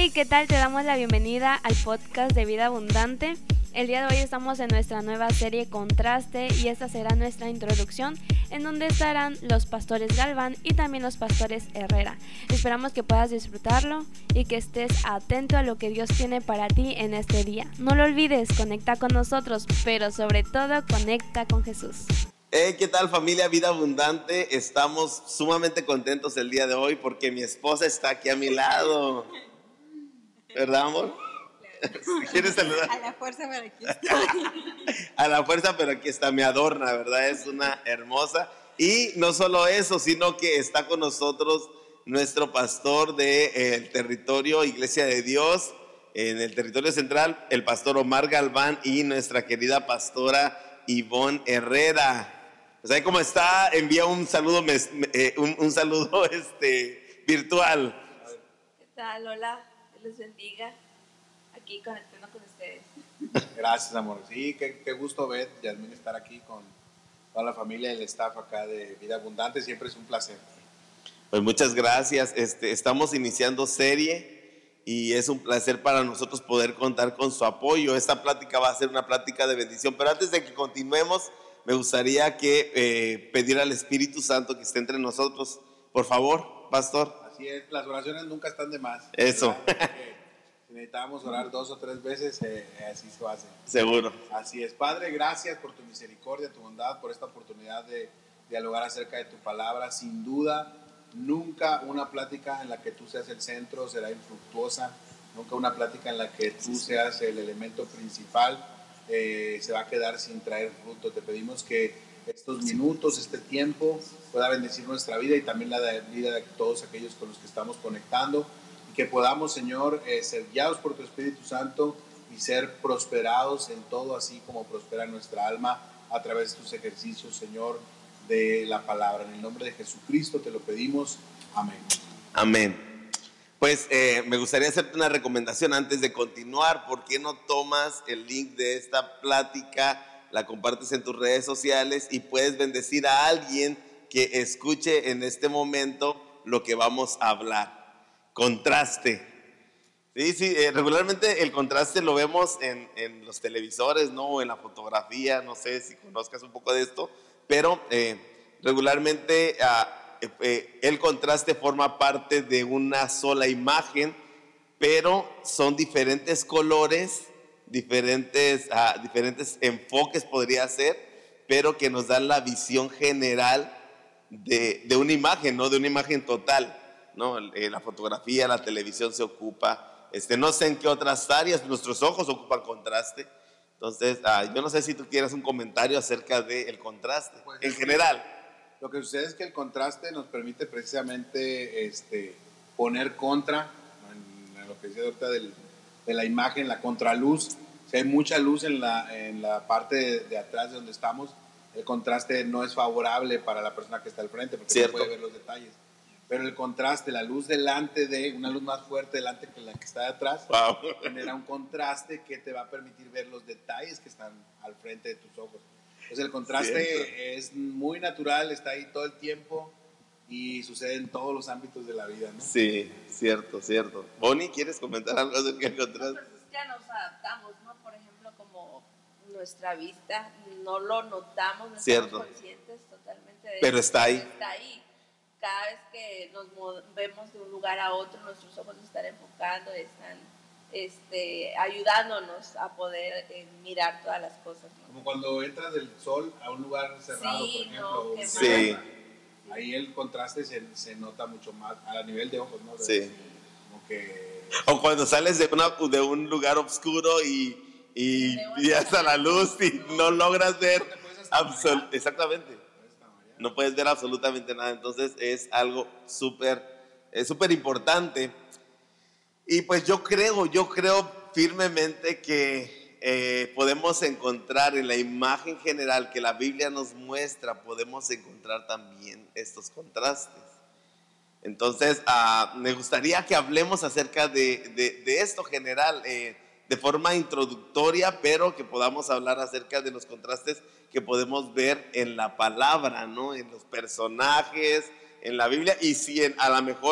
Hey, ¿qué tal? Te damos la bienvenida al podcast de Vida Abundante. El día de hoy estamos en nuestra nueva serie Contraste y esta será nuestra introducción en donde estarán los pastores Galván y también los pastores Herrera. Esperamos que puedas disfrutarlo y que estés atento a lo que Dios tiene para ti en este día. No lo olvides, conecta con nosotros, pero sobre todo conecta con Jesús. Hey, ¿qué tal familia Vida Abundante? Estamos sumamente contentos el día de hoy porque mi esposa está aquí a mi lado. ¿Verdad, amor? ¿Quieres saludar? A la fuerza, pero aquí estoy. A la fuerza, pero aquí está, me adorna, ¿verdad? Es una hermosa. Y no solo eso, sino que está con nosotros nuestro pastor del territorio Iglesia de Dios, en el territorio central, el pastor Omar Galván y nuestra querida pastora Ivonne Herrera. Pues ahí como está, envía un saludo, un saludo virtual. ¿Qué tal? Hola, Dios les bendiga. Aquí conectando con ustedes. Gracias, amor. Sí, qué gusto ver, Yasmín, estar aquí con toda la familia y el staff acá de Vida Abundante. Siempre es un placer. Pues muchas gracias. Estamos iniciando serie y es un placer para nosotros poder contar con su apoyo. Esta plática va a ser una plática de bendición, pero antes de que continuemos, me gustaría que pedir al Espíritu Santo que esté entre nosotros. Por favor, pastor. Así es, las oraciones nunca están de más. Eso. Si necesitamos orar 2 o 3 veces, así se hace. Seguro. Así es. Padre, gracias por tu misericordia, tu bondad, por esta oportunidad de dialogar acerca de tu palabra. Sin duda, nunca una plática en la que tú seas el centro será infructuosa. Nunca una plática en la que tú seas el elemento principal se va a quedar sin traer fruto. Te pedimos que estos minutos, este tiempo, pueda bendecir nuestra vida y también la vida de todos aquellos con los que estamos conectando. Y que podamos, Señor, ser guiados por tu Espíritu Santo y ser prosperados en todo, así como prospera nuestra alma a través de tus ejercicios, Señor, de la palabra. En el nombre de Jesucristo te lo pedimos. Amén. Amén. Pues me gustaría hacerte una recomendación antes de continuar. ¿Por qué no tomas el link de esta plática, la compartes en tus redes sociales y puedes bendecir a alguien que escuche en este momento lo que vamos a hablar? Contraste. Sí, regularmente el contraste lo vemos en los televisores, ¿no? O en la fotografía, no sé si conozcas un poco de esto, pero regularmente el contraste forma parte de una sola imagen, pero son diferentes colores, diferentes enfoques podría ser, pero que nos dan la visión general de una imagen, ¿no? De una imagen total, ¿no? La fotografía, la televisión se ocupa, no sé en qué otras áreas, nuestros ojos ocupan contraste. Entonces, yo no sé si tú quieres un comentario acerca del contraste, pues en general. Lo que sucede es que el contraste nos permite precisamente poner contra, en lo que decía ahorita de la imagen, la contraluz. Si hay mucha luz en la parte de atrás de donde estamos, el contraste no es favorable para la persona que está al frente, porque no puede ver los detalles. Pero el contraste, la luz delante de, una luz más fuerte delante que la que está de atrás, wow, genera un contraste que te va a permitir ver los detalles que están al frente de tus ojos. Entonces el contraste es muy natural, está ahí todo el tiempo y sucede en todos los ámbitos de la vida, ¿no? Sí, cierto. Bonnie, ¿quieres comentar algo acerca del contraste? Pues es que nos adaptamos, ¿no? Por ejemplo, como nuestra vista, no lo notamos, no estamos conscientes totalmente de pero eso, está ahí. Está ahí. Cada vez que nos movemos de un lugar a otro, nuestros ojos están enfocando, están ayudándonos a poder mirar todas las cosas, ¿no? Como cuando entras del sol a un lugar cerrado, por ejemplo. No, sí. Ahí el contraste se nota mucho más a nivel de ojos, ¿no? Sí. Como que... O cuando sales de un lugar oscuro y hasta la luz y no logras ver exactamente. No puedes ver absolutamente nada. Entonces es algo súper importante. Y pues yo creo firmemente que podemos encontrar en la imagen general que la Biblia nos muestra, podemos encontrar también estos contrastes. Entonces me gustaría que hablemos acerca de esto general, de forma introductoria, pero que podamos hablar acerca de los contrastes que podemos ver en la palabra, ¿no? En los personajes, en la Biblia, y si a lo mejor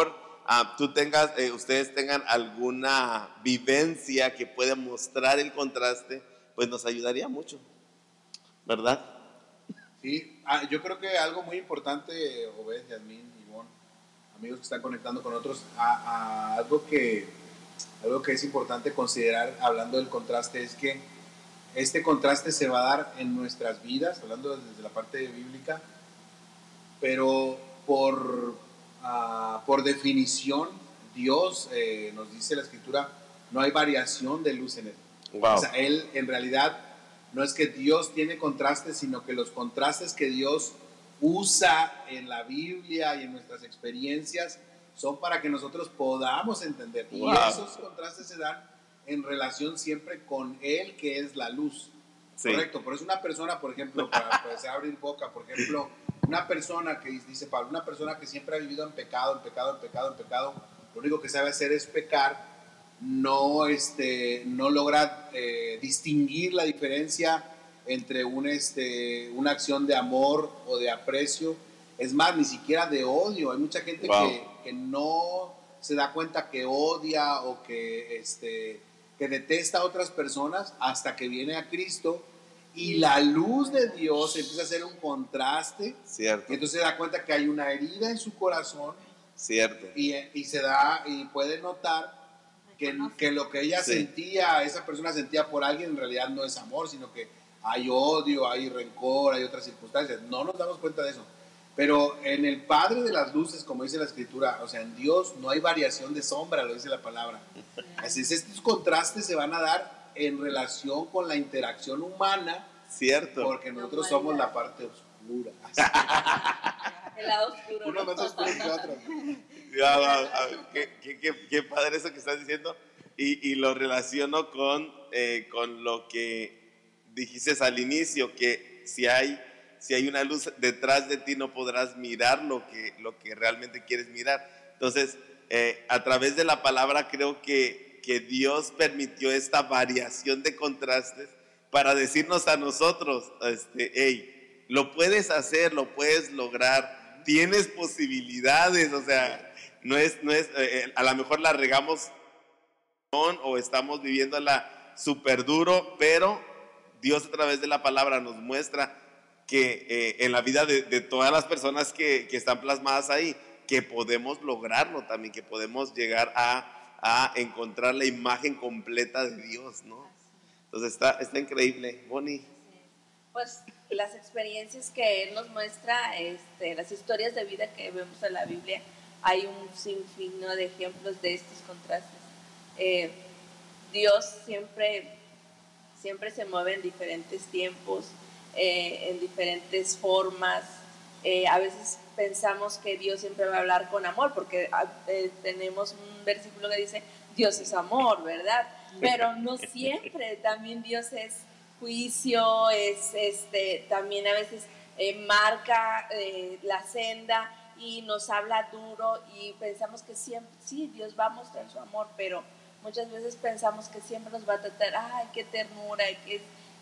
ustedes tengan alguna vivencia que pueda mostrar el contraste, pues nos ayudaría mucho, ¿verdad? Sí, yo creo que algo muy importante, Obed, Yasmín, Ivonne, amigos que están conectando con otros, algo que es importante considerar hablando del contraste es que este contraste se va a dar en nuestras vidas, hablando desde la parte bíblica, pero por definición, Dios, nos dice la Escritura, no hay variación de luz en él. Wow. O sea, él en realidad no es que Dios tiene contrastes, sino que los contrastes que Dios usa en la Biblia y en nuestras experiencias son para que nosotros podamos entender. Wow. Y esos contrastes se dan en relación siempre con Él, que es la luz. Sí. Correcto. Por eso una persona, por ejemplo, para poder abrir boca, por ejemplo, una persona que, dice Pablo, una persona que siempre ha vivido en pecado, lo único que sabe hacer es pecar, no logra distinguir la diferencia entre una acción de amor o de aprecio. Es más, ni siquiera de odio. Hay mucha gente que no se da cuenta que odia o que detesta a otras personas hasta que viene a Cristo y la luz de Dios empieza a hacer un contraste. Cierto. Y entonces se da cuenta que hay una herida en su corazón. Cierto. Y puede notar que lo que ella sentía, esa persona sentía por alguien, en realidad no es amor, sino que hay odio, hay rencor, hay otras circunstancias. No nos damos cuenta de eso. Pero en el Padre de las luces, como dice la Escritura, o sea, en Dios no hay variación de sombra, lo dice la palabra. Así es, estos contrastes se van a dar en relación con la interacción humana. Cierto. Porque nosotros somos la parte oscura. El lado oscuro. Uno más oscuro que otro. Qué padre eso que estás diciendo. Y lo relaciono con lo que dijiste al inicio, que si hay una luz detrás de ti no podrás mirar lo que realmente quieres mirar. Entonces, a través de la palabra creo que Dios permitió esta variación de contrastes para decirnos a nosotros, hey, lo puedes hacer, lo puedes lograr, tienes posibilidades. O sea, no es a lo mejor la regamos o estamos viviéndola súper duro, pero Dios a través de la palabra nos muestra que en la vida de todas las personas que están plasmadas ahí, que podemos lograrlo también, que podemos llegar a encontrar la imagen completa de Dios, ¿no? Entonces está increíble, Bonnie. Pues las experiencias que Él nos muestra, las historias de vida que vemos en la Biblia, hay un sinfín de ejemplos de estos contrastes. Dios siempre se mueve en diferentes tiempos, en diferentes formas. A veces pensamos que Dios siempre va a hablar con amor, porque tenemos un versículo que dice, Dios es amor, ¿verdad? Pero no siempre, también Dios es juicio, también a veces marca la senda y nos habla duro y pensamos que siempre, sí, Dios va a mostrar su amor, pero muchas veces pensamos que siempre nos va a tratar, ay, qué ternura, que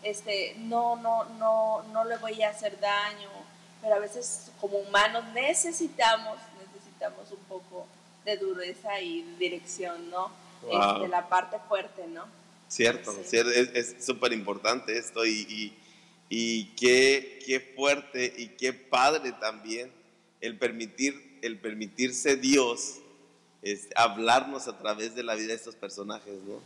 no le voy a hacer daño, pero a veces como humanos necesitamos un poco de dureza y dirección, ¿no? Wow. La parte fuerte, ¿no? Cierto, sí. Cierto, es súper importante esto y qué fuerte y qué padre también el permitirse Dios hablarnos a través de la vida de estos personajes, ¿no?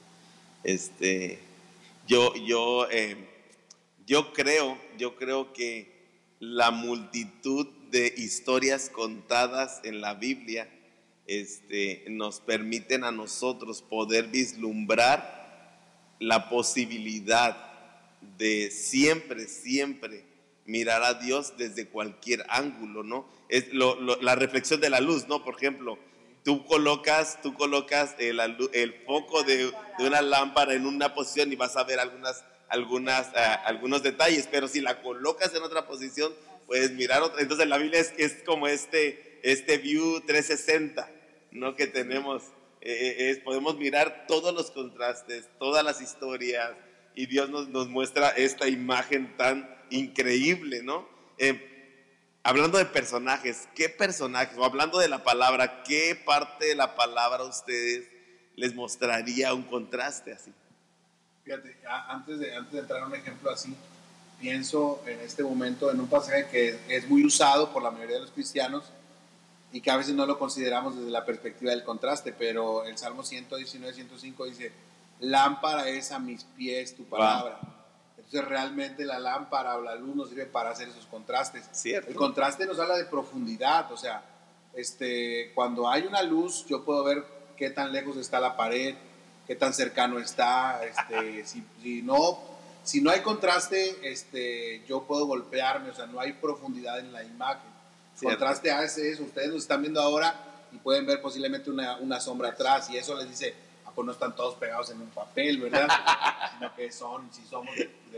Yo creo que la multitud de historias contadas en la Biblia nos permiten a nosotros poder vislumbrar la posibilidad de siempre mirar a Dios desde cualquier ángulo, ¿no? Es la reflexión de la luz, ¿no? Por ejemplo, tú colocas el foco de una lámpara en una posición y vas a ver algunos detalles, pero si la colocas en otra posición, puedes mirar otra. Entonces la Biblia es como este view 360, ¿no? Que tenemos. Podemos mirar todos los contrastes, todas las historias, y Dios nos muestra esta imagen tan increíble, ¿no? hablando de personajes, ¿qué personajes? O hablando de la palabra, ¿qué parte de la palabra a ustedes les mostraría un contraste así? Fíjate, antes de entrar a un ejemplo así, pienso en este momento en un pasaje que es muy usado por la mayoría de los cristianos y que a veces no lo consideramos desde la perspectiva del contraste, pero el Salmo 119, 105 dice, lámpara es a mis pies tu palabra. Wow. Entonces realmente la lámpara o la luz nos sirve para hacer esos contrastes. Cierto. El contraste nos habla de profundidad, o sea, cuando hay una luz yo puedo ver qué tan lejos está la pared, qué tan cercano está, si no hay contraste, yo puedo golpearme, o sea, no hay profundidad en la imagen. Cierto. Contraste hace eso, ustedes nos están viendo ahora y pueden ver posiblemente una sombra atrás y eso les dice, pues no están todos pegados en un papel, ¿verdad? Sino que si somos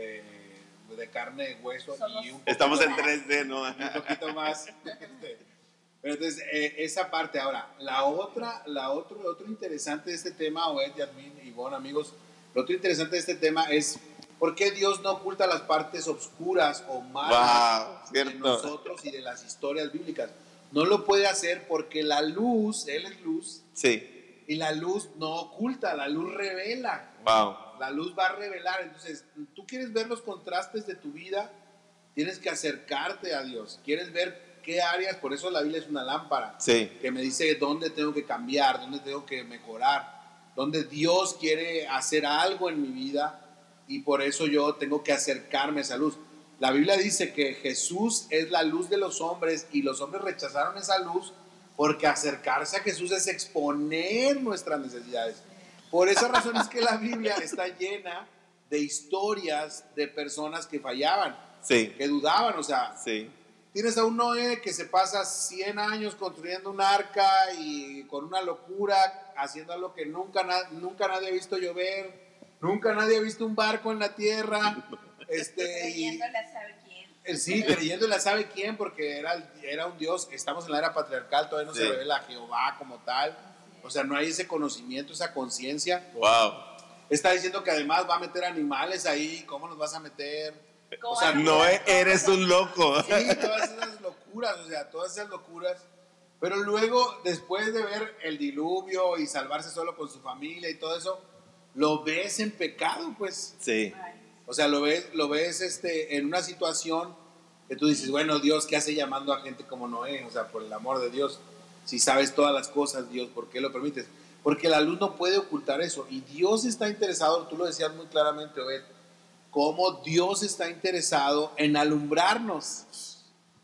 de carne, hueso y un estamos en 3D, ¿no? Un poquito más. Pero entonces, esa parte. Ahora, lo otro interesante de este tema, Oed, Yasmín, Ivonne, amigos, lo otro interesante de este tema es por qué Dios no oculta las partes oscuras o malas de nosotros y de las historias bíblicas. No lo puede hacer porque la luz, Él es luz. Sí. Y la luz no oculta, la luz revela. Wow. La luz va a revelar. Entonces, tú quieres ver los contrastes de tu vida, tienes que acercarte a Dios. Quieres ver qué áreas, por eso la Biblia es una lámpara. Sí. Que me dice dónde tengo que cambiar, dónde tengo que mejorar, dónde Dios quiere hacer algo en mi vida y por eso yo tengo que acercarme a esa luz. La Biblia dice que Jesús es la luz de los hombres y los hombres rechazaron esa luz porque acercarse a Jesús es exponer nuestras necesidades. Por esa razón es que la Biblia está llena de historias de personas que fallaban, sí, que dudaban, o sea, sí. Tienes a un Noé que se pasa 100 años construyendo un arca y con una locura, haciendo algo que nunca nadie ha visto llover, nunca nadie ha visto un barco en la tierra. Creyéndole a sabe quién. Sí, creyéndole a sabe quién, porque era un Dios. Estamos en la era patriarcal, todavía no se revela a Jehová como tal. O sea, no hay ese conocimiento, esa conciencia. Wow. Está diciendo que además va a meter animales ahí. ¿Cómo los vas a meter? O sea, Noé, eres un loco. Sí, todas esas locuras, pero luego, después de ver el diluvio y salvarse solo con su familia y todo eso, lo ves en pecado, pues. Sí. O sea, lo ves en una situación que tú dices, bueno, Dios, ¿qué hace llamando a gente como Noé? O sea, por el amor de Dios, si sabes todas las cosas, Dios, ¿por qué lo permites? Porque la luz no puede ocultar eso, y Dios está interesado, tú lo decías muy claramente, Obed, cómo Dios está interesado en alumbrarnos.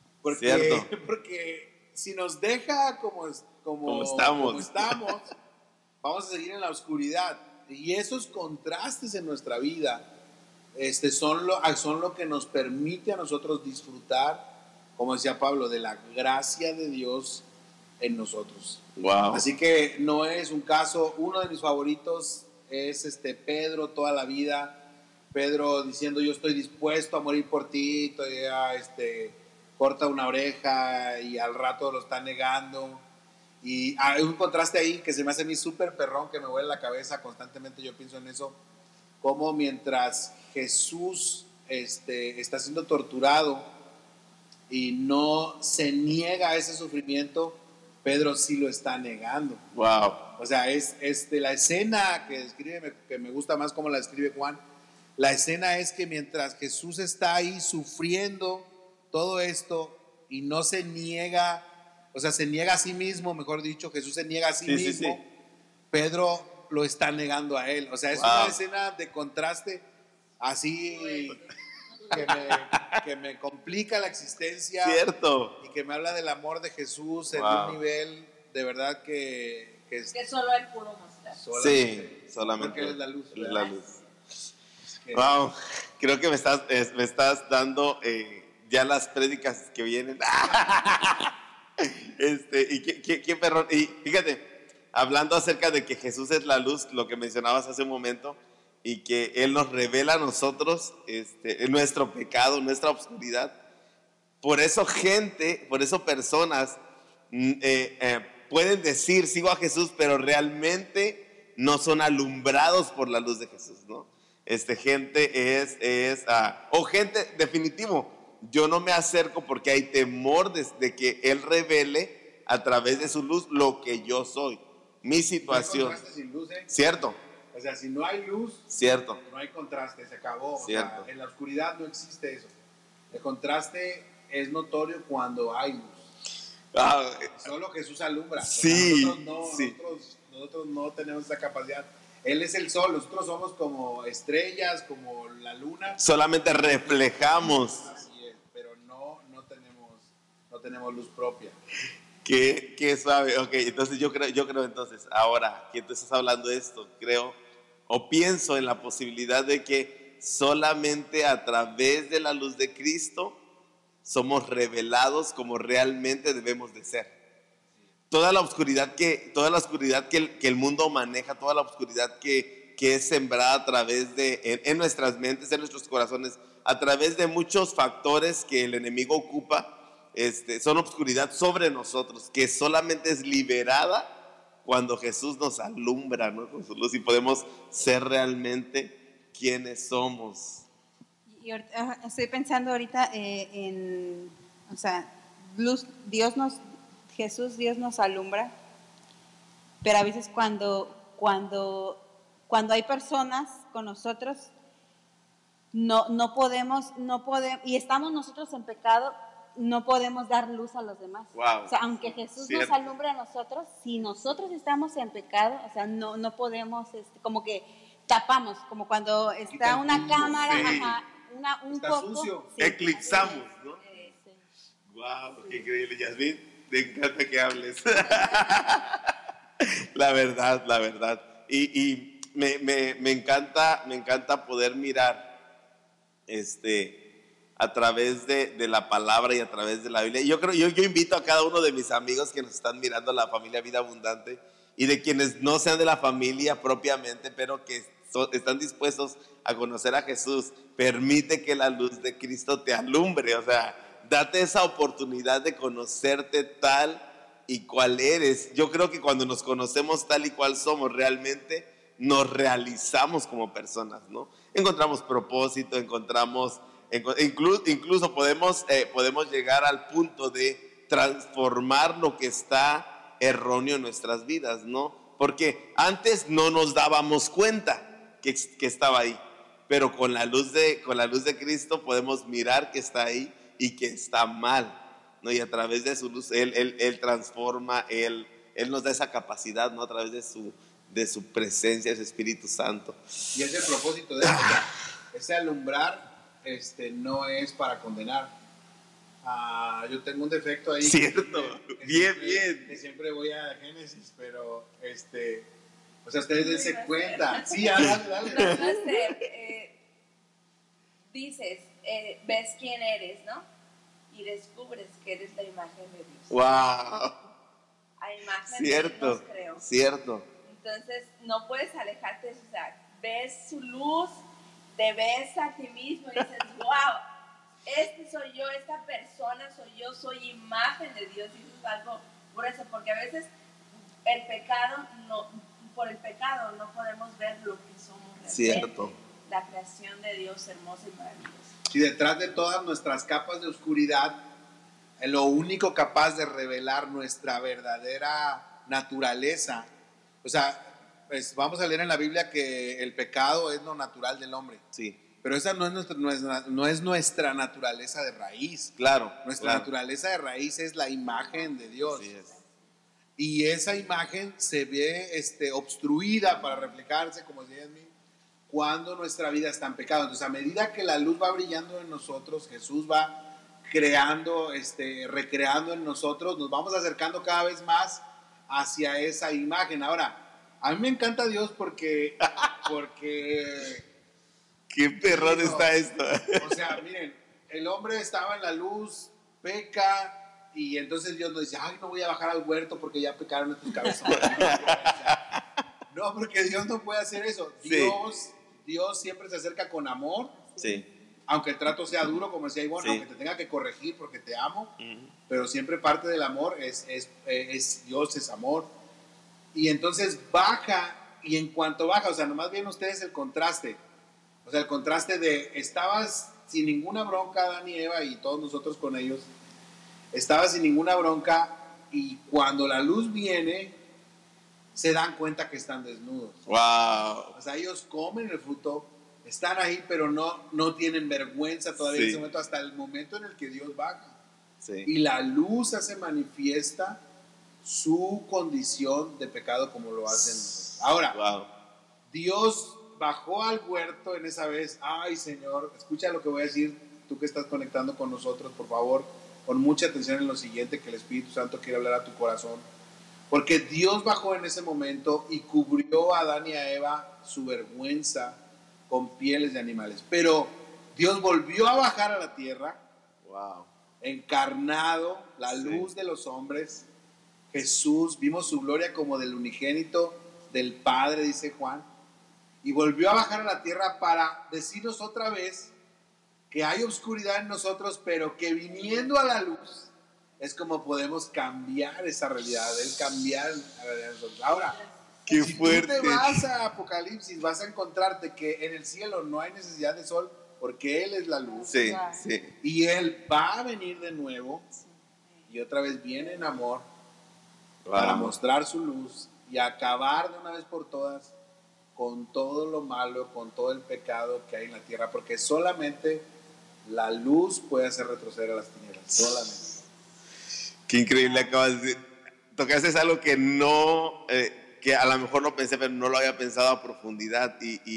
Porque si nos deja como estamos, vamos a seguir en la oscuridad. Y esos contrastes en nuestra vida son lo que nos permite a nosotros disfrutar, como decía Pablo, de la gracia de Dios en nosotros. Wow. Así que no es un caso. Uno de mis favoritos es Pedro, toda la vida. Pedro diciendo, yo estoy dispuesto a morir por ti, todavía corta una oreja y al rato lo está negando. Y hay un contraste ahí que se me hace a mí súper perrón, que me vuela la cabeza constantemente. Yo pienso en eso, como mientras Jesús está siendo torturado y no se niega a ese sufrimiento, Pedro sí lo está negando. Wow. O sea, es la escena que describe, que me gusta más como la describe Juan. La escena es que mientras Jesús está ahí sufriendo todo esto y no se niega, o sea, se niega a sí mismo, mejor dicho, Jesús se niega a sí mismo, sí. Pedro lo está negando a él. O sea, es una escena de contraste así que me complica la existencia. Cierto. Y que me habla del amor de Jesús en un nivel de verdad que solo él pudo mostrar. Solamente. Porque él es la luz. La luz. Wow, creo que me estás dando ya las prédicas que vienen. Y qué perrón. Y fíjate, hablando acerca de que Jesús es la luz, lo que mencionabas hace un momento, y que Él nos revela a nosotros nuestro pecado, nuestra oscuridad. Por eso personas pueden decir, sigo a Jesús, pero realmente no son alumbrados por la luz de Jesús, ¿no? Gente definitivo, yo no me acerco porque hay temor de que Él revele a través de su luz lo que yo soy, mi situación. No hay contraste sin luz, ¿eh? Cierto. O sea, si no hay luz, cierto, no hay contraste, se acabó. Cierto. O sea, en la oscuridad no existe eso. El contraste es notorio cuando hay luz. Solo Jesús alumbra. Sí, Nosotros no tenemos esa capacidad. Él es el sol, nosotros somos como estrellas, como la luna. Solamente reflejamos. Así es, pero no tenemos luz propia. Qué suave. Ok, entonces yo creo entonces, ahora que tú estás hablando de esto, creo o pienso en la posibilidad de que solamente a través de la luz de Cristo somos revelados como realmente debemos de ser. Toda la oscuridad que el mundo maneja, toda la oscuridad que es sembrada a través de, en nuestras mentes, en nuestros corazones, a través de muchos factores que el enemigo ocupa, son oscuridad sobre nosotros, que solamente es liberada cuando Jesús nos alumbra, ¿no?, con su luz, y podemos ser realmente quienes somos. Y estoy pensando ahorita o sea, luz, Jesús, Dios nos alumbra, pero a veces cuando hay personas con nosotros, no podemos, y estamos nosotros en pecado, no podemos dar luz a los demás. Wow. O sea, aunque Jesús nos alumbre a nosotros, si nosotros estamos en pecado, o sea, no podemos, como que tapamos, como cuando está una cámara, un está poco sucio. sí, Eclipsamos, ¿no? Sí. Wow, qué increíble, Yasmín. Me encanta que hables. La verdad. Y me encanta poder mirar a través de la palabra y a través de la Biblia. Yo invito a cada uno de mis amigos que nos están mirando, la familia Vida Abundante, y de quienes no sean de la familia propiamente, pero que están dispuestos a conocer a Jesús. Permite que la luz de Cristo te alumbre, o sea, date esa oportunidad de conocerte tal y cual eres. Yo creo que cuando nos conocemos tal y cual somos, realmente nos realizamos como personas, ¿no? Encontramos propósito, incluso podemos llegar al punto de transformar lo que está erróneo en nuestras vidas, ¿no? Porque antes no nos dábamos cuenta que estaba ahí, pero con la luz de Cristo podemos mirar que está ahí y que está mal, ¿no? Y a través de su luz Él transforma, Él nos da esa capacidad, ¿no? A través de su presencia, de su Espíritu Santo. Y es el propósito de eso. Ese alumbrar no es para condenar. Yo tengo un defecto ahí. Cierto, bien. Que siempre voy a Génesis, pero o sea, ustedes dense cuenta. Sí, dale. Dices, ves quién eres, ¿no? Y descubres que eres la imagen de Dios. Wow. A imagen Cierto, de Dios nos creó. cierto. Entonces, no puedes alejarte de eso. O sea, ves su luz, te ves a ti mismo y dices, wow, este soy yo, esta persona soy yo, soy imagen de Dios. Y eso es algo por eso, porque a veces por el pecado no podemos ver lo que somos realmente. Cierto. La creación de Dios hermosa y maravillosa. Y detrás de todas nuestras capas de oscuridad, lo único capaz de revelar nuestra verdadera naturaleza, o sea, pues vamos a leer en la Biblia que el pecado es lo natural del hombre. Sí. Pero esa no es nuestra naturaleza de raíz. Claro. Nuestra naturaleza de raíz es la imagen de Dios. Así es. Y esa imagen se ve obstruida para reflejarse, como decía Yasmín, cuando nuestra vida está en pecado. Entonces, a medida que la luz va brillando en nosotros, Jesús va creando, recreando en nosotros, nos vamos acercando cada vez más hacia esa imagen. Ahora, a mí me encanta Dios porque qué perrón está esto. O sea, miren, el hombre estaba en la luz, peca, y entonces Dios nos dice, ay, no voy a bajar al huerto porque ya pecaron en tus cabezones. No, porque Dios no puede hacer eso. Dios siempre se acerca con amor. Sí. Aunque el trato sea duro, como decía Ivonne, aunque te tenga que corregir porque te amo, pero siempre parte del amor es Dios, es amor. Y entonces baja, y en cuanto baja, o sea, nomás bien ustedes el contraste. O sea, el contraste de estabas sin ninguna bronca, Adán y Eva y todos nosotros con ellos, estaba sin ninguna bronca, y cuando la luz viene, se dan cuenta que están desnudos. Wow. O sea, ellos comen el fruto, están ahí, pero no tienen vergüenza todavía en ese momento, hasta el momento en el que Dios baja. Sí. Y la luz hace manifiesta su condición de pecado como lo hacen nosotros. Ahora, Wow. Dios bajó al huerto en esa vez. Ay, Señor, escucha lo que voy a decir, tú que estás conectando con nosotros, por favor, con mucha atención en lo siguiente que el Espíritu Santo quiere hablar a tu corazón. Porque Dios bajó en ese momento y cubrió a Adán y a Eva su vergüenza con pieles de animales. Pero Dios volvió a bajar a la tierra, Wow. encarnado, la luz de los hombres. Jesús, vimos su gloria como del unigénito del Padre, dice Juan. Y volvió a bajar a la tierra para decirnos otra vez que hay oscuridad en nosotros, pero que viniendo a la luz es como podemos cambiar esa realidad, el cambiar la realidad de nosotros. Ahora, Qué si fuerte. tú te vas a Apocalipsis, vas a encontrarte que en el cielo no hay necesidad de sol porque Él es la luz. Sí, Wow. sí. Y Él va a venir de nuevo y otra vez viene en amor para Wow. mostrar su luz y acabar de una vez por todas con todo lo malo, con todo el pecado que hay en la tierra, porque solamente la luz puede hacer retroceder a las tinieblas, solamente. Qué increíble acabas de decir. Tocaste algo que no, que a lo mejor no pensé, pero no lo había pensado a profundidad.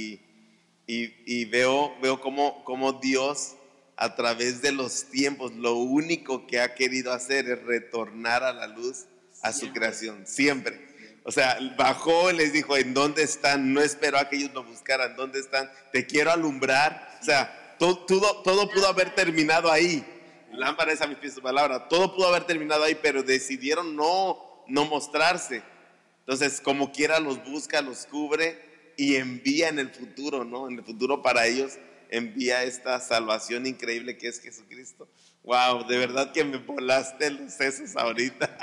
Y veo cómo Dios, a través de los tiempos, lo único que ha querido hacer es retornar a la luz, a su creación, siempre. O sea, bajó y les dijo, ¿en dónde están? No esperó a que ellos lo buscaran, ¿dónde están? Te quiero alumbrar. O sea, todo pudo haber terminado ahí. Lámpara es a mis pies tu palabra. Todo pudo haber terminado ahí, pero decidieron no mostrarse. Entonces, como quiera, los busca, los cubre y envía en el futuro, ¿no? En el futuro para ellos envía esta salvación increíble que es Jesucristo. Wow, de verdad que me volaste los sesos ahorita.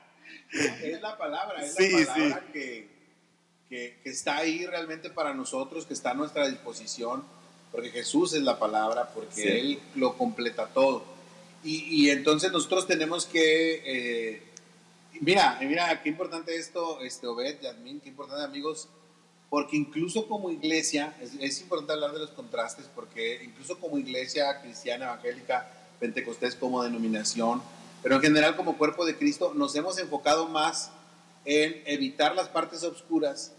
Es la palabra, es Sí, la palabra que está ahí realmente para nosotros, que está a nuestra disposición, porque Jesús es la palabra, porque Sí. Él lo completa todo. Y entonces nosotros tenemos que, mira, qué importante esto, Obed, Yasmín, qué importante, amigos, porque incluso como iglesia, es importante hablar de los contrastes, porque incluso como iglesia cristiana, evangélica, pentecostés como denominación, pero en general como cuerpo de Cristo, nos hemos enfocado más en evitar las partes oscuras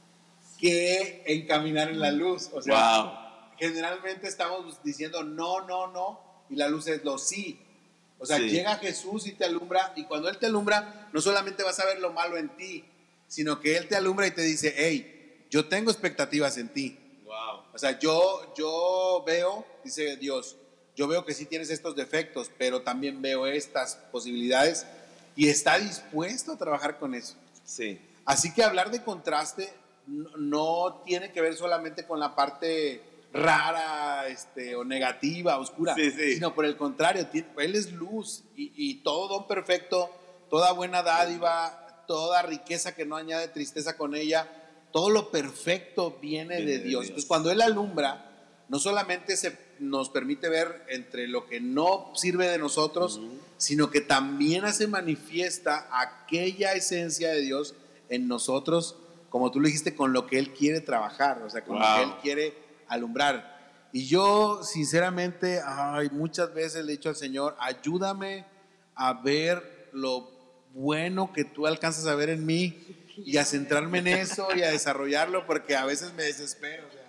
que en caminar en la luz. O sea, Wow. generalmente estamos diciendo no, y la luz es lo sí. O sea, Sí. llega Jesús y te alumbra, y cuando Él te alumbra, no solamente vas a ver lo malo en ti, sino que Él te alumbra y te dice, hey, yo tengo expectativas en ti. Wow. O sea, yo veo, dice Dios, yo veo que sí tienes estos defectos, pero también veo estas posibilidades, y está dispuesto a trabajar con eso. Sí. Así que hablar de contraste no tiene que ver solamente con la parte rara, o negativa, oscura, Sí, sí. sino por el contrario, Él es luz, y todo don perfecto, toda buena dádiva, toda riqueza que no añade tristeza con ella, todo lo perfecto viene de Dios. Entonces, cuando Él alumbra, no solamente nos permite ver entre lo que no sirve de nosotros, sino que también hace manifiesta aquella esencia de Dios en nosotros, como tú lo dijiste, con lo que Él quiere trabajar, o sea, con lo que Él quiere alumbrar. Y yo, sinceramente, muchas veces le he dicho al Señor, ayúdame a ver lo bueno que tú alcanzas a ver en mí y a centrarme en eso y a desarrollarlo, porque a veces me desespero. O sea.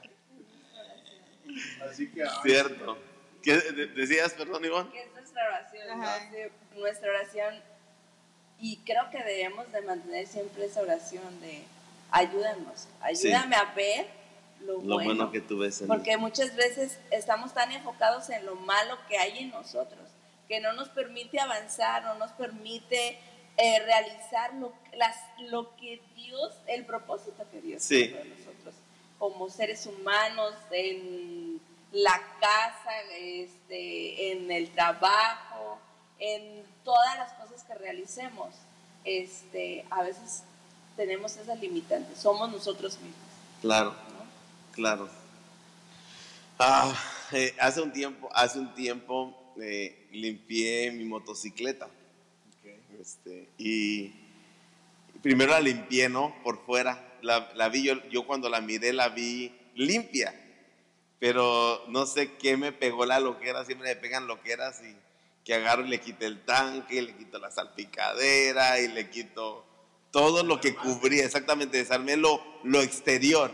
Así que, Cierto. ¿Qué decías, perdón, Ivonne? Que es nuestra oración, Ajá. ¿no? Sí, nuestra oración, y creo que debemos de mantener siempre esa oración de ayúdame a ver lo bueno que tú ves en porque muchas veces estamos tan enfocados en lo malo que hay en nosotros, que no nos permite avanzar, no nos permite realizar lo que Dios, el propósito que Dios Sí. tiene para nosotros, como seres humanos, en la casa, en el trabajo, en todas las cosas que realicemos. A veces tenemos esas limitantes, somos nosotros mismos, Claro, ¿no? claro. hace un tiempo limpié mi motocicleta. Y primero la limpié, ¿no? Por fuera. La vi, yo cuando la miré la vi limpia. Pero no sé qué me pegó la loquera. Siempre me pegan loqueras y que agarro y le quito el tanque, y le quito la salpicadera y le quito todo lo que cubría. Exactamente, desarmé lo exterior.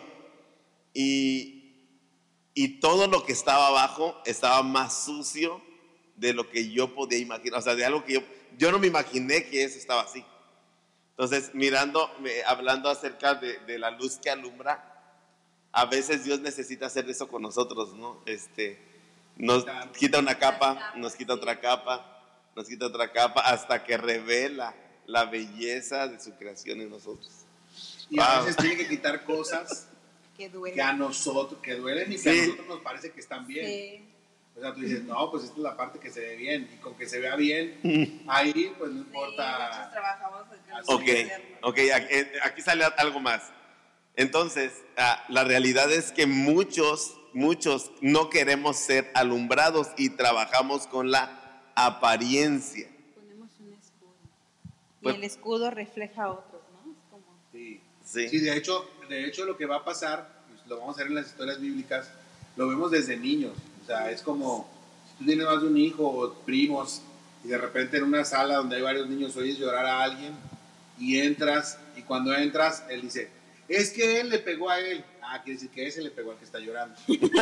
Y todo lo que estaba abajo estaba más sucio de lo que yo podía imaginar. O sea, de algo que yo no me imaginé que eso estaba así. Entonces, hablando acerca de la luz que alumbra, a veces Dios necesita hacer eso con nosotros, ¿no? Nos quita una capa, nos quita otra capa, nos quita otra capa, hasta que revela la belleza de su creación en nosotros. Y a veces tiene que quitar cosas que duelen. Que a nosotros, que duelen y que a nosotros nos parece que están bien. Sí. O sea, tú dices, no, pues esta es la parte que se ve bien. Y con que se vea bien, ahí pues no importa. Muchos trabajamos Ok, aquí sale algo más. Entonces, la realidad es que muchos no queremos ser alumbrados y trabajamos con la apariencia. Ponemos un escudo. Y Pues, el escudo refleja a otros, ¿no? Es como... Sí. Sí. Sí, de hecho lo que va a pasar, pues, lo vamos a ver en las historias bíblicas, lo vemos desde niños. O sea, es como si tú tienes más de un hijo o primos y de repente en una sala donde hay varios niños oyes llorar a alguien y entras, y cuando entras él dice, es que él le pegó a él. Quiere decir que ese le pegó al que está llorando.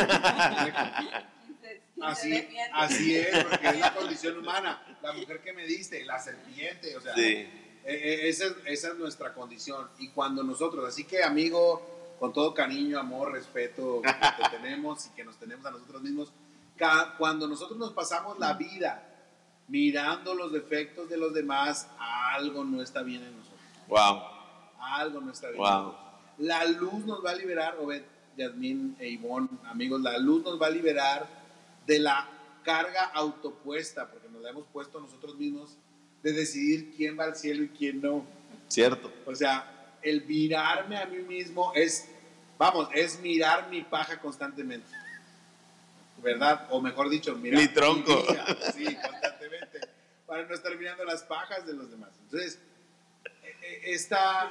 Así es, porque es la condición humana. La mujer que me diste, la serpiente, o sea, Sí. Esa es nuestra condición. Y cuando nosotros, así que amigo, con todo cariño, amor, respeto que te tenemos y que nos tenemos a nosotros mismos, cuando nosotros nos pasamos la vida mirando los defectos de los demás, algo no está bien en nosotros. Wow. Algo no está bien. Wow. La luz nos va a liberar, Obed, Yasmín e Ivonne, amigos, la luz nos va a liberar de la carga autopuesta, porque nos la hemos puesto nosotros mismos, de decidir quién va al cielo y quién no. Cierto. O sea, el mirarme a mí mismo es mirar mi paja constantemente, ¿verdad? O mejor dicho, mirar Mi tronco. mi vida, sí, constantemente, para no estar mirando las pajas de los demás. Entonces, esta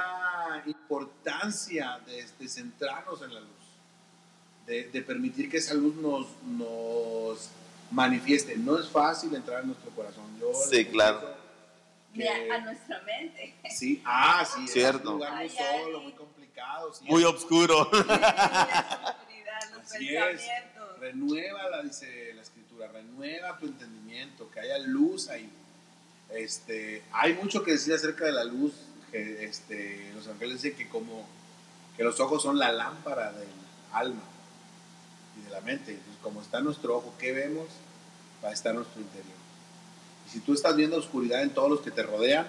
importancia de centrarnos en la luz, de permitir que esa luz nos manifieste. No es fácil entrar en nuestro corazón. Sí, claro. A nuestra mente. Sí, sí, cierto. Es un lugar muy solo, muy complicado. Sí, Muy oscuro. La oscuridad, los Así pensamientos. Renuévala, dice la Escritura, renueva tu entendimiento, que haya luz ahí. Hay mucho que decir acerca de la luz. Los ángeles dicen que los ojos son la lámpara del alma y de la mente. Entonces, como está nuestro ojo, ¿qué vemos? Va a estar nuestro interior. Y si tú estás viendo oscuridad en todos los que te rodean,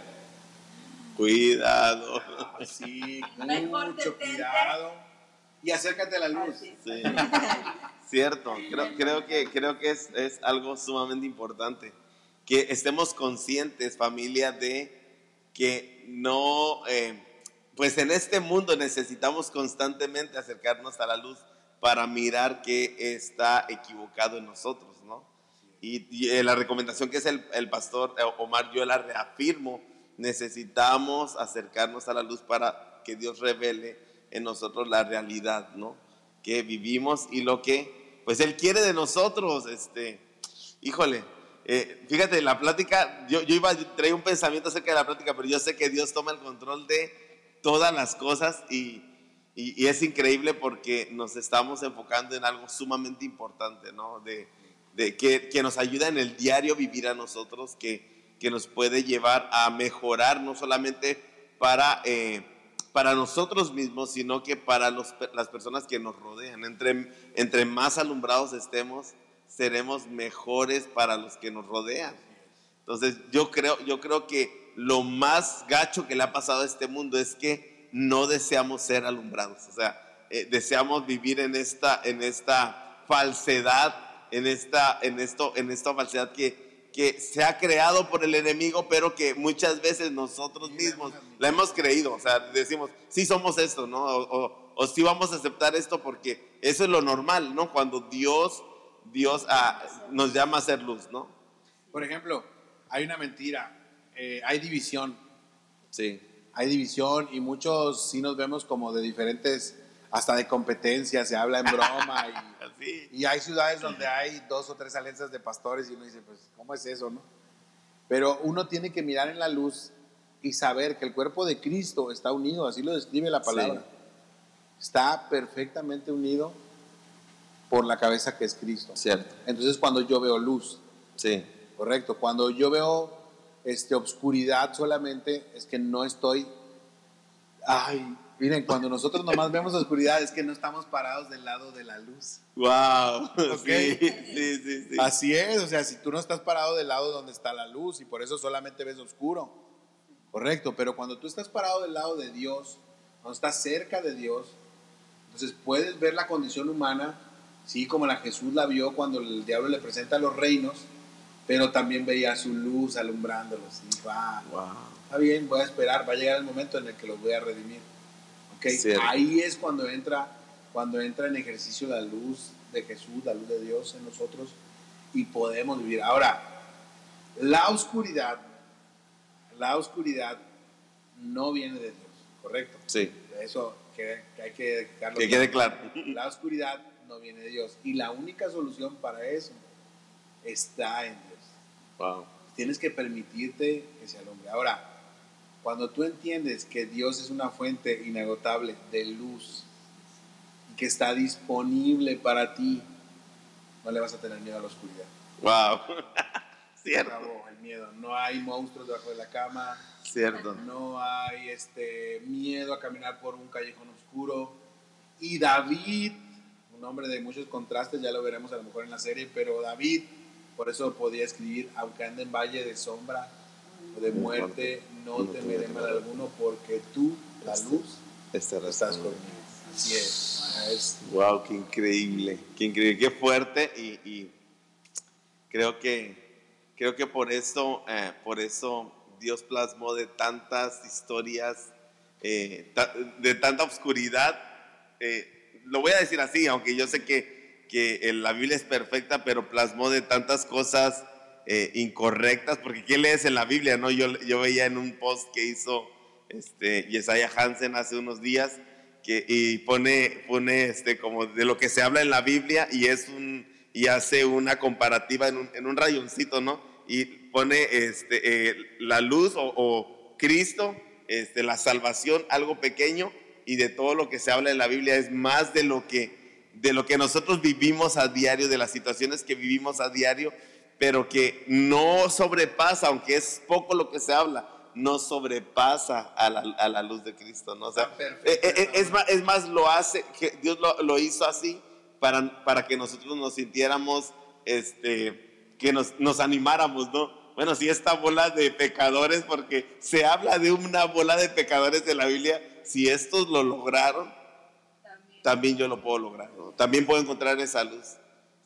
Cuidado. sí, Mejor mucho detente. cuidado y acércate a la luz. Así. Sí. Cierto. Creo que es algo sumamente importante. Que estemos conscientes, familia, de que no, pues en este mundo necesitamos constantemente acercarnos a la luz para mirar qué está equivocado en nosotros, ¿no? Y la recomendación que es el pastor Omar, yo la reafirmo, necesitamos acercarnos a la luz para que Dios revele en nosotros la realidad, ¿no? Que vivimos y lo que, pues Él quiere de nosotros, híjole. Fíjate, la plática, yo traía un pensamiento acerca de la plática, pero yo sé que Dios toma el control de todas las cosas y es increíble porque nos estamos enfocando en algo sumamente importante, ¿no? De que nos ayuda en el diario vivir a nosotros, que nos puede llevar a mejorar no solamente para nosotros mismos, sino que para las personas que nos rodean. Entre más alumbrados estemos, seremos mejores para los que nos rodean. Entonces yo creo que lo más gacho que le ha pasado a este mundo es que no deseamos ser alumbrados. O sea, deseamos vivir en esta falsedad, en esta falsedad que se ha creado por el enemigo, pero que muchas veces nosotros mismos la hemos creído. O sea, decimos, sí somos esto, ¿no? O sí vamos a aceptar esto porque eso es lo normal, ¿no? Cuando Dios Dios nos llama a ser luz, ¿no? Por ejemplo, hay una mentira, hay división. Sí. Hay división y muchos sí nos vemos como de diferentes, hasta de competencia, se habla en broma Sí. y hay ciudades donde hay 2 o 3 alianzas de pastores y uno dice, pues, ¿cómo es eso, no? Pero uno tiene que mirar en la luz y saber que el cuerpo de Cristo está unido, así lo describe la palabra. Sí. Está perfectamente unido por la cabeza que es Cristo. Cierto. Entonces cuando yo veo luz, Sí. correcto, cuando yo veo obscuridad solamente, es que no estoy, miren, cuando nosotros nomás vemos oscuridad es que no estamos parados del lado de la luz. Wow. Okay. Sí. Así es, o sea, si tú no estás parado del lado donde está la luz y por eso solamente ves oscuro, correcto, pero cuando tú estás parado del lado de Dios, cuando estás cerca de Dios, entonces puedes ver la condición humana, sí, como Jesús la vio cuando el diablo le presenta los reinos, pero también veía su luz alumbrándolos y dijo, está bien, voy a esperar, va a llegar el momento en el que los voy a redimir. Okay. Ahí es cuando entra en ejercicio la luz de Jesús, la luz de Dios en nosotros y podemos vivir. Ahora, la oscuridad no viene de Dios, ¿correcto? Sí. Eso que hay que dejarlo que quede claro. La oscuridad no viene de Dios y la única solución para eso está en Dios. Wow. Tienes que permitirte que se alumbre. Ahora, cuando tú entiendes que Dios es una fuente inagotable de luz y que está disponible para ti, no le vas a tener miedo a la oscuridad. Wow. Cierto. Acabó el miedo. No hay monstruos debajo de la cama. Cierto. No hay miedo a caminar por un callejón oscuro. Y David, un hombre de muchos contrastes, ya lo veremos a lo mejor en la serie, pero David, por eso podía escribir, aunque ande en valle de sombra o de muerte, no temeré mal alguno, porque tú, la luz, estás conmigo. Así es. Wow, qué increíble, qué fuerte y creo que por eso Dios plasmó de tantas historias, de tanta oscuridad. Lo voy a decir así, aunque yo sé que la Biblia es perfecta, pero plasmó de tantas cosas incorrectas, porque ¿qué lees en la Biblia? ¿No? Yo veía en un post que hizo Yesaya Hansen hace unos días, y pone como de lo que se habla en la Biblia y hace una comparativa en un rayoncito, ¿no? Y pone la luz o Cristo, la salvación, algo pequeño, y de todo lo que se habla en la Biblia es más de lo que nosotros vivimos a diario, de las situaciones que vivimos a diario, pero que no sobrepasa, aunque es poco lo que se habla, no sobrepasa a la luz de Cristo, ¿no? O sea, es más, lo hace, que Dios lo hizo así para que nosotros nos sintiéramos, que nos animáramos, ¿no? Bueno, si esta bola de pecadores, porque se habla de una bola de pecadores de la Biblia, si estos lo lograron, también yo lo puedo lograr, ¿no? También puedo encontrar esa luz.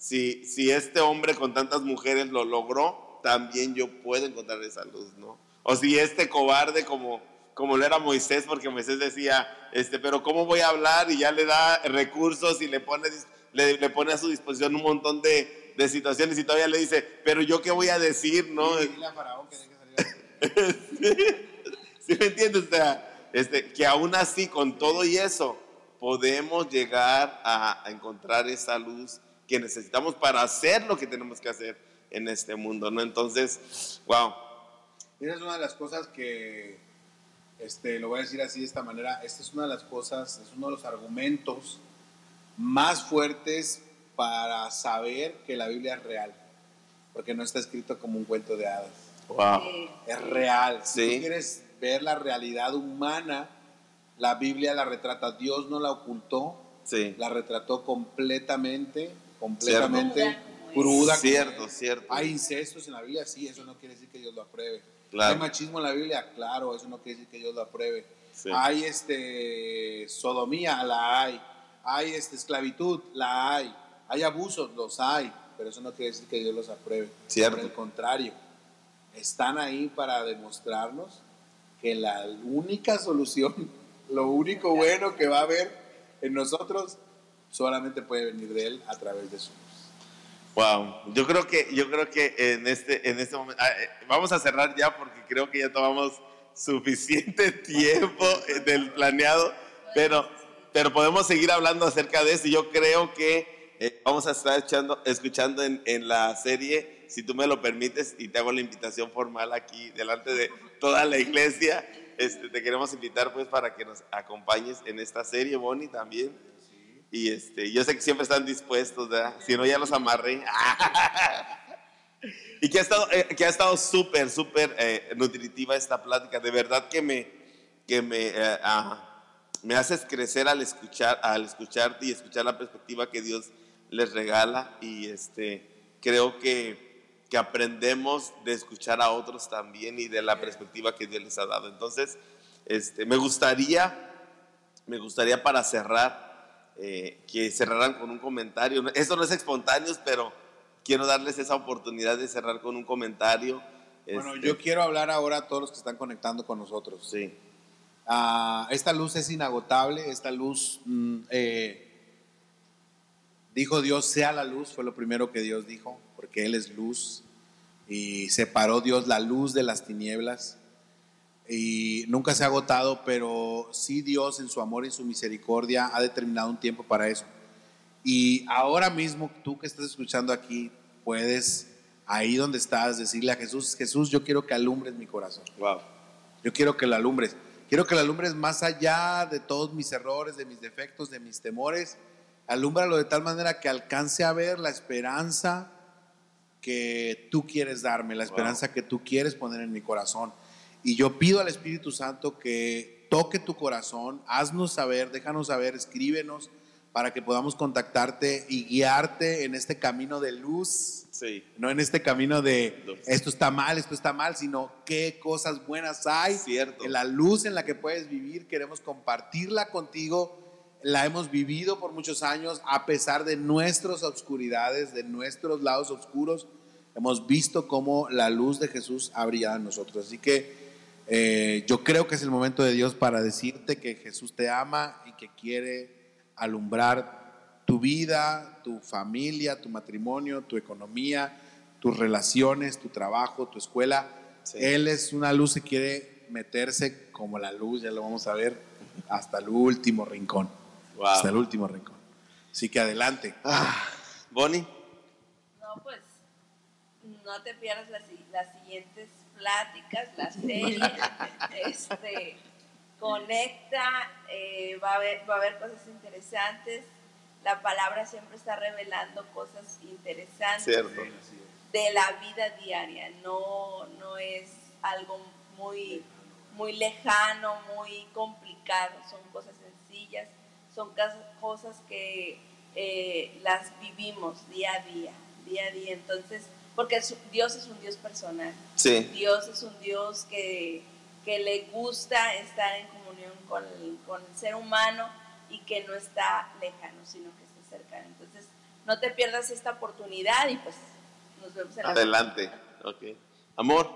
Si este hombre con tantas mujeres lo logró, también yo puedo encontrar esa luz, ¿no? O si este cobarde como lo era Moisés, porque Moisés decía, pero ¿cómo voy a hablar? Y ya le da recursos y le pone a su disposición un montón de situaciones y todavía le dice, pero ¿yo qué voy a decir? ¿No? Dile a Faraón que deje salir. ¿Sí me entiendes? O sea, que aún así, con todo y eso, podemos llegar a encontrar esa luz que necesitamos para hacer lo que tenemos que hacer en este mundo, ¿no? Entonces, wow. Esa es una de las cosas que, lo voy a decir así de esta manera, esta es una de las cosas, es uno de los argumentos más fuertes para saber que la Biblia es real, porque no está escrito como un cuento de hadas. Wow. Es real. Sí. Si tú quieres ver la realidad humana, la Biblia la retrata. Dios no la ocultó, sí, la retrató completamente cruda. Cierto. Hay incestos en la Biblia, sí, eso no quiere decir que Dios lo apruebe. Claro. Hay machismo en la Biblia, claro, eso no quiere decir que Dios lo apruebe. Sí. Hay sodomía, la hay. Hay esclavitud, la hay. Hay abusos, los hay, pero eso no quiere decir que Dios los apruebe. Cierto. Por el contrario, están ahí para demostrarnos que la única solución, lo único bueno que va a haber en nosotros, solamente puede venir de Él a través de su luz. Wow, yo creo que en este momento vamos a cerrar ya porque creo que ya tomamos suficiente tiempo del planeado, pero podemos seguir hablando acerca de esto. Yo creo que vamos a estar escuchando en la serie, si tú me lo permites, y te hago la invitación formal aquí delante de toda la iglesia. Te queremos invitar pues para que nos acompañes en esta serie, Bonnie, también. Y yo sé que siempre están dispuestos, ¿verdad? Si no, ya los amarré. Y que ha estado súper nutritiva esta plática. De verdad que me haces crecer al escucharte y escuchar la perspectiva que Dios les regala. Y creo que aprendemos de escuchar a otros también y de la perspectiva que Dios les ha dado. Entonces, me gustaría para cerrar, que cerraran con un comentario. Esto no es espontáneo, pero quiero darles esa oportunidad de cerrar con un comentario. Bueno, yo quiero hablar ahora a todos los que están conectando con nosotros. Sí. Esta luz es inagotable. Esta luz, dijo Dios, sea la luz, fue lo primero que Dios dijo, porque Él es luz. Y separó Dios la luz de las tinieblas. Y nunca se ha agotado, pero sí Dios en su amor y su misericordia ha determinado un tiempo para eso. Y ahora mismo tú que estás escuchando aquí, puedes, ahí donde estás, decirle a Jesús: Jesús, yo quiero que alumbres mi corazón. Wow. Yo quiero que lo alumbres. Quiero que lo alumbres más allá de todos mis errores, de mis defectos, de mis temores. Alúmbralo de tal manera que alcance a ver la esperanza que tú quieres darme, la esperanza que tú quieres poner en mi corazón. Y yo pido al Espíritu Santo que toque tu corazón, haznos saber, déjanos saber, escríbenos para que podamos contactarte y guiarte en este camino de luz. Sí. No en este camino de esto está mal, sino qué cosas buenas hay. Cierto. En la luz en la que puedes vivir, queremos compartirla contigo. La hemos vivido por muchos años, a pesar de nuestras oscuridades, de nuestros lados oscuros. Hemos visto cómo la luz de Jesús ha brillado en nosotros. Así que yo creo que es el momento de Dios para decirte que Jesús te ama y que quiere alumbrar tu vida, tu familia, tu matrimonio, tu economía, tus relaciones, tu trabajo, tu escuela. Sí. Él es una luz y quiere meterse como la luz, ya lo vamos a ver, hasta el último rincón. Wow. Hasta el último rincón. Así que adelante. Bonnie. No, pues no te pierdas las siguientes pláticas, la serie. Conecta, va a haber cosas interesantes. La palabra siempre está revelando cosas interesantes. Cierto. De la vida diaria. No es algo muy lejano, muy complicado. Son cosas sencillas, son cosas que las vivimos día a día. Entonces, porque Dios es un Dios personal. Sí. Dios es un Dios que le gusta estar en comunión con el ser humano y que no está lejano, sino que está cercano. Entonces, no te pierdas esta oportunidad y pues nos vemos en la adelante. Ok. Amor.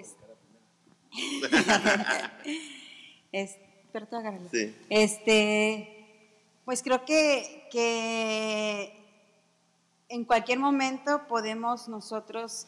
Pero tú agárralo. Sí. Pues creo que en cualquier momento podemos nosotros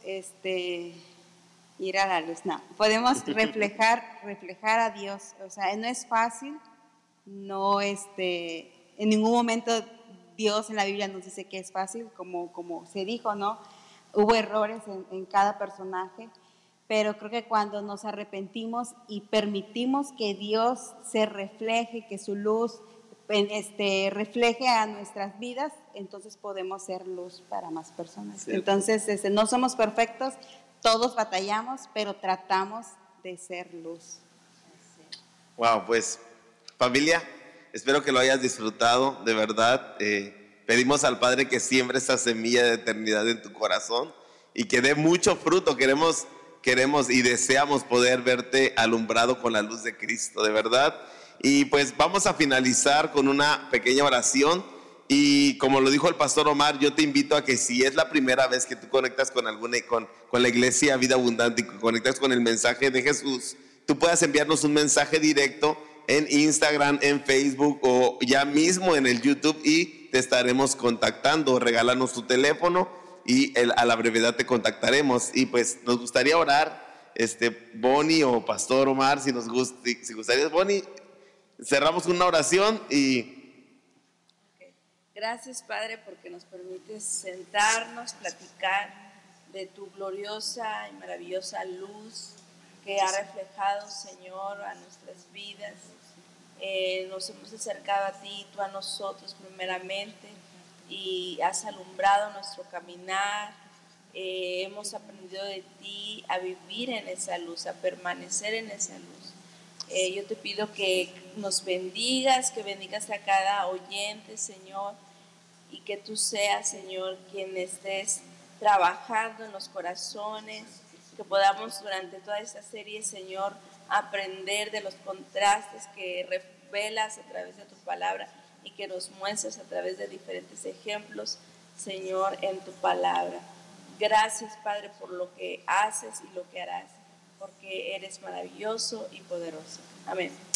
ir a la luz. No, podemos reflejar a Dios. O sea, no es fácil. No, en ningún momento Dios en la Biblia nos dice que es fácil, como se dijo, ¿no? Hubo errores en cada personaje, pero creo que cuando nos arrepentimos y permitimos que Dios se refleje, que su luz refleje a nuestras vidas, entonces podemos ser luz para más personas. ¿Cierto? Entonces, no somos perfectos, todos batallamos, pero tratamos de ser luz. Wow, pues familia, espero que lo hayas disfrutado, de verdad. Pedimos al Padre que siembre esa semilla de eternidad en tu corazón y que dé mucho fruto. Queremos y deseamos poder verte alumbrado con la luz de Cristo, de verdad. Y pues vamos a finalizar con una pequeña oración. Y como lo dijo el pastor Omar, yo te invito a que si es la primera vez que tú conectas con la iglesia Vida Abundante y conectas con el mensaje de Jesús, tú puedas enviarnos un mensaje directo en Instagram, en Facebook o ya mismo en el YouTube y te estaremos contactando. Regálanos tu teléfono y a la brevedad te contactaremos. Y pues nos gustaría orar, Bonnie o Pastor Omar, si gustaría, Bonnie, cerramos una oración y... Gracias, Padre, porque nos permites sentarnos, platicar de tu gloriosa y maravillosa luz que ha reflejado, Señor, a nuestras vidas. Nos hemos acercado a ti, tú a nosotros primeramente, y has alumbrado nuestro caminar. Hemos aprendido de ti a vivir en esa luz, a permanecer en esa luz. Yo te pido que nos bendigas, que bendigas a cada oyente, Señor, y que tú seas, Señor, quien estés trabajando en los corazones, que podamos durante toda esta serie, Señor, aprender de los contrastes que revelas a través de tu palabra y que nos muestras a través de diferentes ejemplos, Señor, en tu palabra. Gracias, Padre, por lo que haces y lo que harás, porque eres maravilloso y poderoso. Amén.